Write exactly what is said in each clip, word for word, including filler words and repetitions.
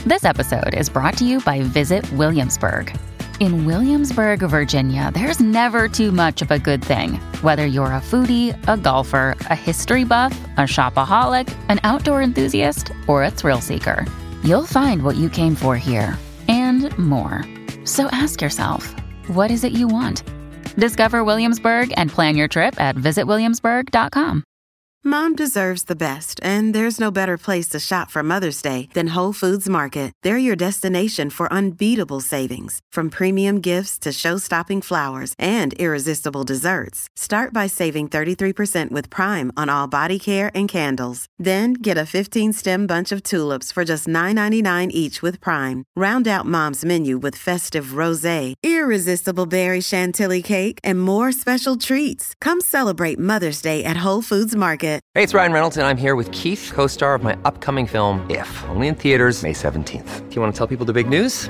This episode is brought to you by Visit Williamsburg. In Williamsburg, Virginia, there's never too much of a good thing. Whether you're a foodie, a golfer, a history buff, a shopaholic, an outdoor enthusiast, or a thrill seeker, you'll find what you came for here and more. So ask yourself, what is it you want? Discover Williamsburg and plan your trip at visit williamsburg dot com. Mom deserves the best, and there's no better place to shop for Mother's Day than Whole Foods Market. They're your destination for unbeatable savings, from premium gifts to show-stopping flowers and irresistible desserts. Start by saving thirty-three percent with Prime on all body care and candles. Then get a fifteen-stem bunch of tulips for just nine ninety-nine each with Prime. Round out Mom's menu with festive rosé, irresistible berry chantilly cake, and more special treats. Come celebrate Mother's Day at Whole Foods Market. Hey, it's Ryan Reynolds, and I'm here with Keith, co-star of my upcoming film, If, only in theaters May seventeenth. Do you want to tell people the big news?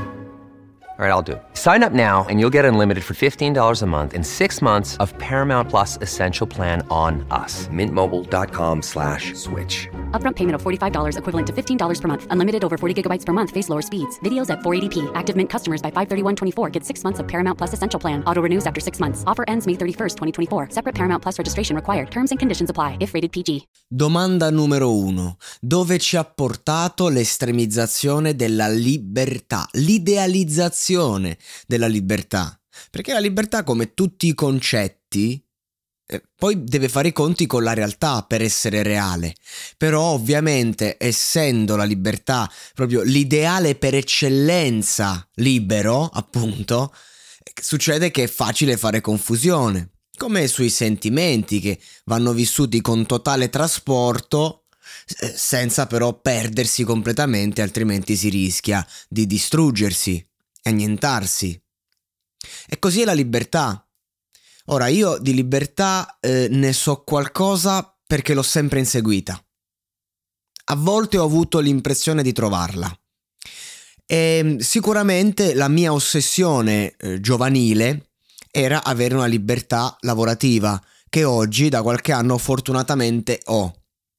All right, I'll do it. Sign up now and you'll get unlimited for fifteen dollars a month and six months of Paramount Plus Essential Plan on us. Mint Mobile dot com slash switch. Upfront payment of forty-five dollars equivalent to fifteen dollars per month. Unlimited over forty gigabytes per month. Face lower speeds. Videos at four eighty p. Active Mint customers by five thirty-one twenty-four get six months of Paramount Plus Essential Plan. Auto renews after six months. Offer ends May thirty-first, twenty twenty-four. Separate Paramount Plus registration required. Terms and conditions apply if rated P G. Domanda numero uno. Dove ci ha portato l'estremizzazione della libertà? L'idealizzazione della libertà, perché la libertà, come tutti i concetti, eh, poi deve fare i conti con la realtà per essere reale. Però ovviamente, essendo la libertà proprio l'ideale per eccellenza libero, appunto, succede che è facile fare confusione, come sui sentimenti che vanno vissuti con totale trasporto, eh, senza però perdersi completamente, altrimenti si rischia di distruggersi, annientarsi. E così è la libertà. Ora, io di libertà eh, ne so qualcosa perché l'ho sempre inseguita. A volte ho avuto l'impressione di trovarla. E sicuramente la mia ossessione eh, giovanile era avere una libertà lavorativa, che oggi da qualche anno fortunatamente ho.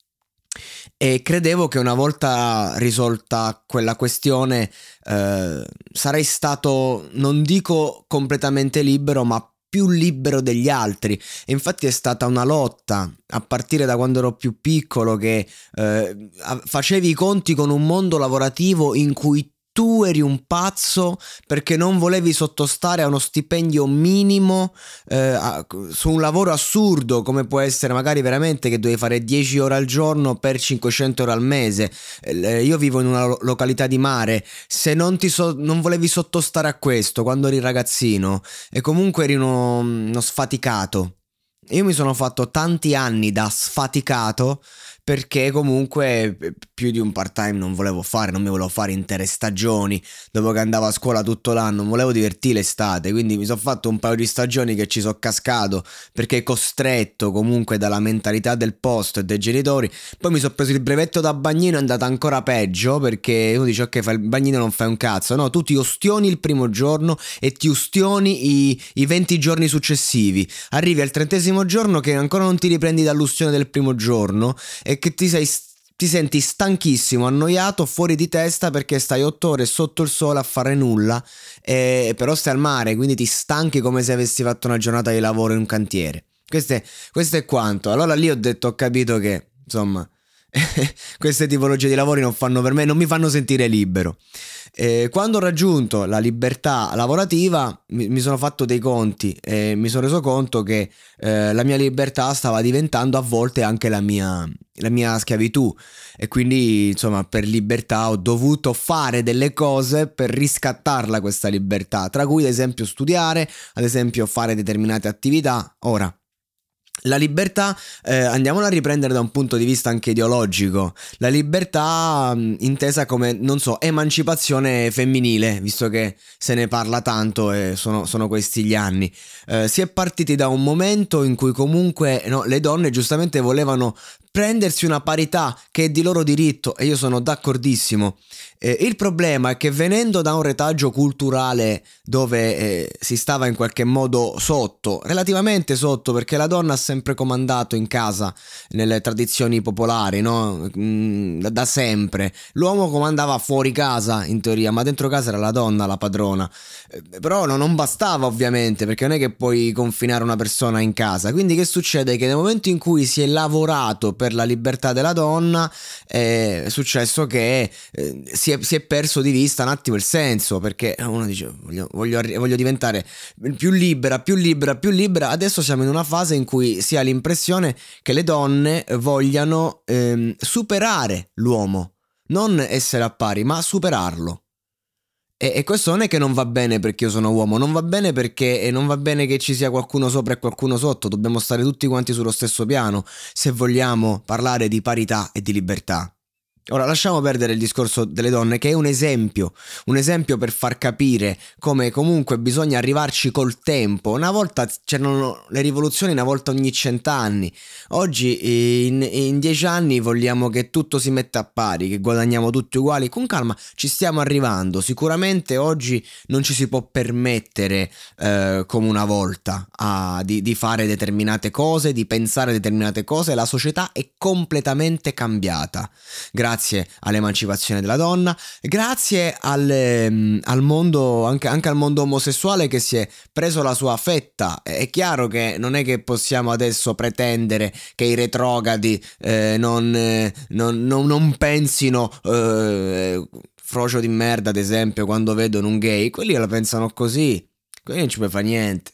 E credevo che una volta risolta quella questione eh, sarei stato, non dico completamente libero, ma più libero degli altri. E infatti è stata una lotta a partire da quando ero più piccolo, che eh, facevi i conti con un mondo lavorativo in cui tu eri un pazzo perché non volevi sottostare a uno stipendio minimo eh, a, su un lavoro assurdo come può essere magari veramente che dovevi fare dieci ore al giorno per cinquecento euro al mese. Eh, io vivo in una lo- località di mare. Se non ti so- non volevi sottostare a questo quando eri ragazzino e comunque eri uno, uno sfaticato. Io mi sono fatto tanti anni da sfaticato perché comunque più di un part time non volevo fare, non mi volevo fare intere stagioni dopo che andavo a scuola tutto l'anno, volevo divertire l'estate, quindi mi sono fatto un paio di stagioni che ci sono cascato perché costretto comunque dalla mentalità del posto e dei genitori. Poi mi sono preso il brevetto da bagnino, è andata ancora peggio perché uno dice ok, fai il bagnino, non fai un cazzo, no, tu ti ustioni il primo giorno e ti ustioni i, i venti giorni successivi, arrivi al trentesimo giorno che ancora non ti riprendi dall'ustione del primo giorno e che ti sei ti senti stanchissimo, annoiato, fuori di testa perché stai otto ore sotto il sole a fare nulla, e però stai al mare, quindi ti stanchi come se avessi fatto una giornata di lavoro in un cantiere. Questo è, questo è quanto. Allora lì ho detto, ho capito che insomma queste tipologie di lavori non fanno per me, non mi fanno sentire libero. E quando ho raggiunto la libertà lavorativa mi, mi sono fatto dei conti e mi sono reso conto che eh, la mia libertà stava diventando a volte anche la mia, la mia schiavitù, e quindi insomma per libertà ho dovuto fare delle cose per riscattarla questa libertà, tra cui ad esempio studiare, ad esempio fare determinate attività. Ora, la libertà, eh, andiamola a riprendere da un punto di vista anche ideologico. La libertà mh, intesa come, non so, emancipazione femminile, visto che se ne parla tanto e sono, sono questi gli anni. Eh, si è partiti da un momento in cui comunque no, le donne giustamente volevano prendersi una parità che è di loro diritto, e io sono d'accordissimo. Eh, il problema è che venendo da un retaggio culturale dove eh, si stava in qualche modo sotto, relativamente sotto, perché la donna ha sempre comandato in casa nelle tradizioni popolari, no? Mm, da, da sempre. L'uomo comandava fuori casa in teoria, ma dentro casa era la donna la padrona. Eh, però no, non bastava ovviamente, perché non è che puoi confinare una persona in casa. Quindi che succede? Che nel momento in cui si è lavorato per la libertà della donna, è successo che eh, si, è, si è perso di vista un attimo il senso, perché uno dice voglio, voglio, voglio diventare più libera, più libera, più libera. Adesso siamo in una fase in cui si ha l'impressione che le donne vogliano ehm, superare l'uomo, non essere a pari, ma superarlo. E, e questo non è che non va bene perché io sono uomo, non va bene perché e non va bene che ci sia qualcuno sopra e qualcuno sotto, dobbiamo stare tutti quanti sullo stesso piano se vogliamo parlare di parità e di libertà. Ora lasciamo perdere il discorso delle donne, che è un esempio, un esempio per far capire come comunque bisogna arrivarci col tempo. Una volta c'erano le rivoluzioni, una volta ogni cent'anni. Oggi in, in dieci anni vogliamo che tutto si metta a pari, che guadagniamo tutti uguali. Con calma ci stiamo arrivando. Sicuramente oggi non ci si può permettere eh, come una volta a, di, di fare determinate cose, di pensare determinate cose. La società è completamente cambiata. Grazie all'emancipazione della donna, grazie al, al mondo, anche, anche al mondo omosessuale che si è preso la sua fetta. È chiaro che non è che possiamo adesso pretendere che i retrogradi eh, non, eh, non, non, non pensino eh, frocio di merda, ad esempio, quando vedono un gay. Quelli la pensano così, quelli non ci puoi fare niente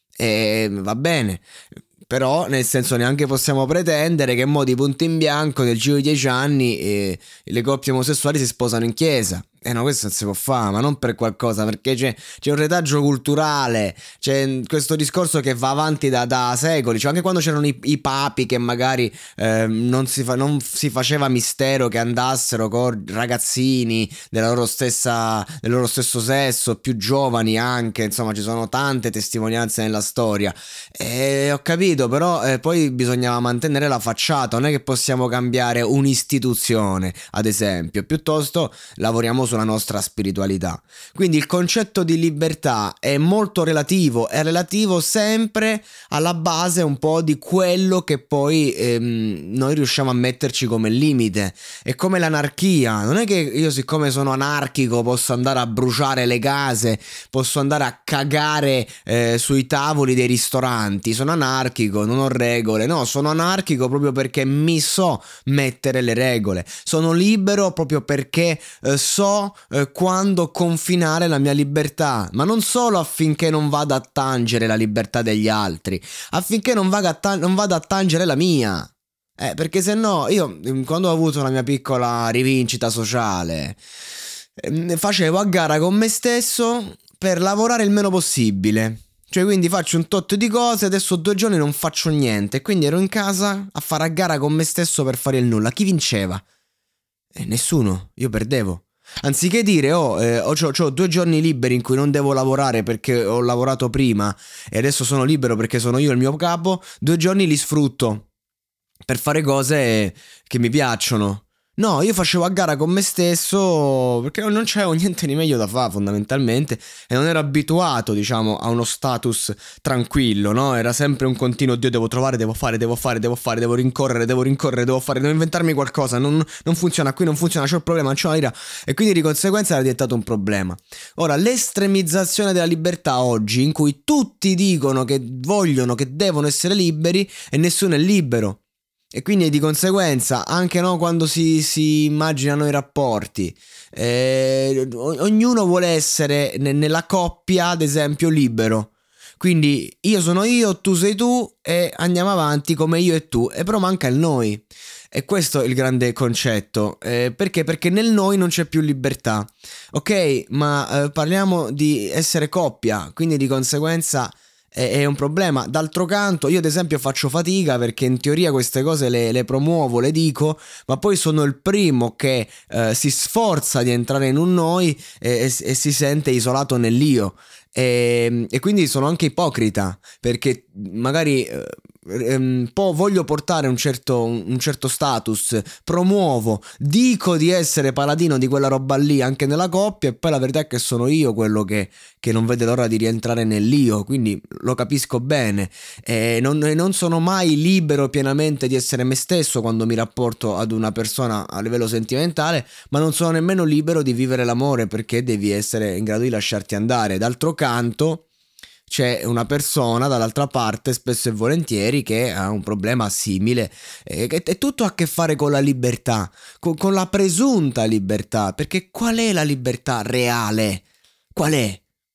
e va bene. Però nel senso neanche possiamo pretendere che mo di punto in bianco nel giro di dieci anni eh, le coppie omosessuali si sposano in chiesa. Eh no, questo non si può fare, ma non per qualcosa, perché c'è, c'è un retaggio culturale, c'è questo discorso che va avanti da, da secoli, cioè anche quando c'erano i, i papi che magari eh, non, si fa, non si faceva mistero che andassero con ragazzini della loro stessa, del loro stesso sesso, più giovani anche, insomma ci sono tante testimonianze nella storia. E ho capito, però eh, poi bisognava mantenere la facciata, non è che possiamo cambiare un'istituzione, ad esempio, piuttosto lavoriamo sulla nostra spiritualità. Quindi il concetto di libertà è molto relativo, è relativo sempre alla base un po' di quello che poi ehm, noi riusciamo a metterci come limite. È come l'anarchia, non è che io siccome sono anarchico posso andare a bruciare le case, posso andare a cagare eh, sui tavoli dei ristoranti. Sono anarchico, non ho regole. No, sono anarchico proprio perché mi so mettere le regole, sono libero proprio perché eh, so eh, quando confinare la mia libertà, ma non solo affinché non vada a tangere la libertà degli altri, affinché non vada a, ta- non vada a tangere la mia. Eh, perché se no, io quando ho avuto la mia piccola rivincita sociale, eh, facevo a gara con me stesso per lavorare il meno possibile. Cioè, quindi faccio un tot di cose, adesso due giorni non faccio niente, quindi ero in casa a fare a gara con me stesso per fare il nulla. Chi vinceva? Eh, nessuno, io perdevo. Anziché dire oh, eh, ho, ho, ho due giorni liberi in cui non devo lavorare perché ho lavorato prima e adesso sono libero perché sono io il mio capo, due giorni li sfrutto per fare cose che mi piacciono. No, io facevo a gara con me stesso perché non c'avevo niente di meglio da fare fondamentalmente e non ero abituato, diciamo, a uno status tranquillo, no? Era sempre un continuo, Dio, devo trovare, devo fare, devo fare, devo fare, devo rincorrere, devo rincorrere, devo fare, devo inventarmi qualcosa, non, non funziona qui, non funziona, c'ho il problema, non c'ho la lira, e quindi di conseguenza era diventato un problema. Ora, l'estremizzazione della libertà oggi, in cui tutti dicono che vogliono, che devono essere liberi e nessuno è libero. E quindi di conseguenza anche no, quando si, si immaginano i rapporti eh, ognuno vuole essere ne, nella coppia ad esempio libero, quindi io sono io, tu sei tu e andiamo avanti come io e tu, e però manca il noi. E questo è il grande concetto, eh, perché? Perché nel noi non c'è più libertà, ok, ma eh, parliamo di essere coppia, quindi di conseguenza è un problema. D'altro canto io ad esempio faccio fatica perché in teoria queste cose le, le promuovo, le dico, ma poi sono il primo che eh, si sforza di entrare in un noi e, e, e si sente isolato nell'io. e, e quindi sono anche ipocrita, perché magari eh, ehm, po- voglio portare un certo, un certo status, promuovo, dico di essere paladino di quella roba lì anche nella coppia, e poi la verità è che sono io quello che, che non vede l'ora di rientrare nell'io, quindi lo capisco bene. E non, non sono mai libero pienamente di essere me stesso quando mi rapporto ad una persona a livello sentimentale, ma non sono nemmeno libero di vivere l'amore, perché devi essere in grado di lasciarti andare. D'altro canto c'è una persona dall'altra parte, spesso e volentieri, che ha un problema simile, e che è tutto a che fare con la libertà, con, con la presunta libertà, perché qual è la libertà reale? Qual è?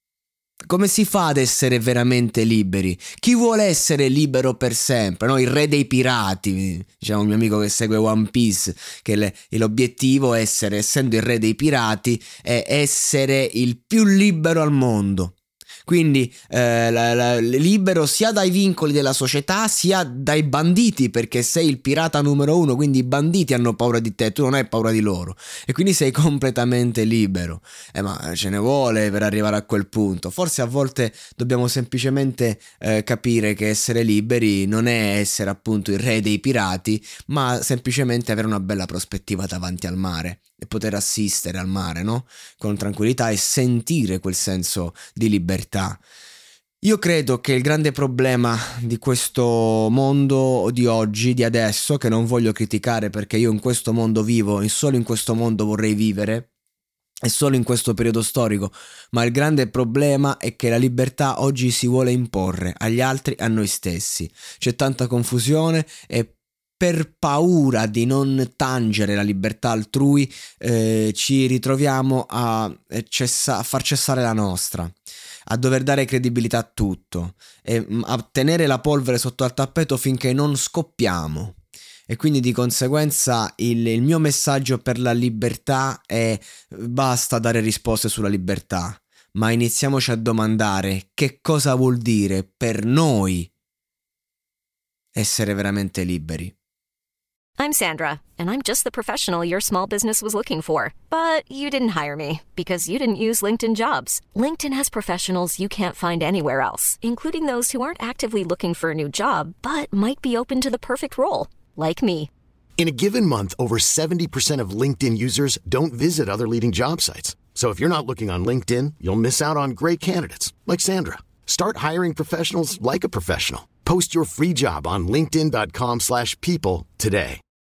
Come si fa ad essere veramente liberi? Chi vuole essere libero per sempre? No? Il re dei pirati, diciamo un mio amico che segue One Piece, che le, l'obiettivo è essere, essendo il re dei pirati, è essere il più libero al mondo. Quindi eh, la, la, libero sia dai vincoli della società sia dai banditi, perché sei il pirata numero uno, quindi i banditi hanno paura di te, tu non hai paura di loro, e quindi sei completamente libero. Eh, ma ce ne vuole per arrivare a quel punto. Forse a volte dobbiamo semplicemente eh, capire che essere liberi non è essere appunto il re dei pirati, ma semplicemente avere una bella prospettiva davanti al mare e poter assistere al mare, no? Con tranquillità, e sentire quel senso di libertà. Io credo che il grande problema di questo mondo di oggi, di adesso, che non voglio criticare perché io in questo mondo vivo e solo in questo mondo vorrei vivere, e solo in questo periodo storico, ma il grande problema è che la libertà oggi si vuole imporre agli altri, a noi stessi. C'è tanta confusione e per paura di non tangere la libertà altrui eh, ci ritroviamo a, cessa- a far cessare la nostra, a dover dare credibilità a tutto e a tenere la polvere sotto al tappeto finché non scoppiamo. E quindi di conseguenza il, il mio messaggio per la libertà è: basta dare risposte sulla libertà, ma iniziamoci a domandare che cosa vuol dire per noi essere veramente liberi. I'm Sandra, and I'm just the professional your small business was looking for. But you didn't hire me because you didn't use LinkedIn Jobs. LinkedIn has professionals you can't find anywhere else, including those who aren't actively looking for a new job, but might be open to the perfect role, like me. In a given month, over seventy percent of LinkedIn users don't visit other leading job sites. So if you're not looking on LinkedIn, you'll miss out on great candidates, like Sandra. Start hiring professionals like a professional. Post your free job on linkedin dot com slash people today.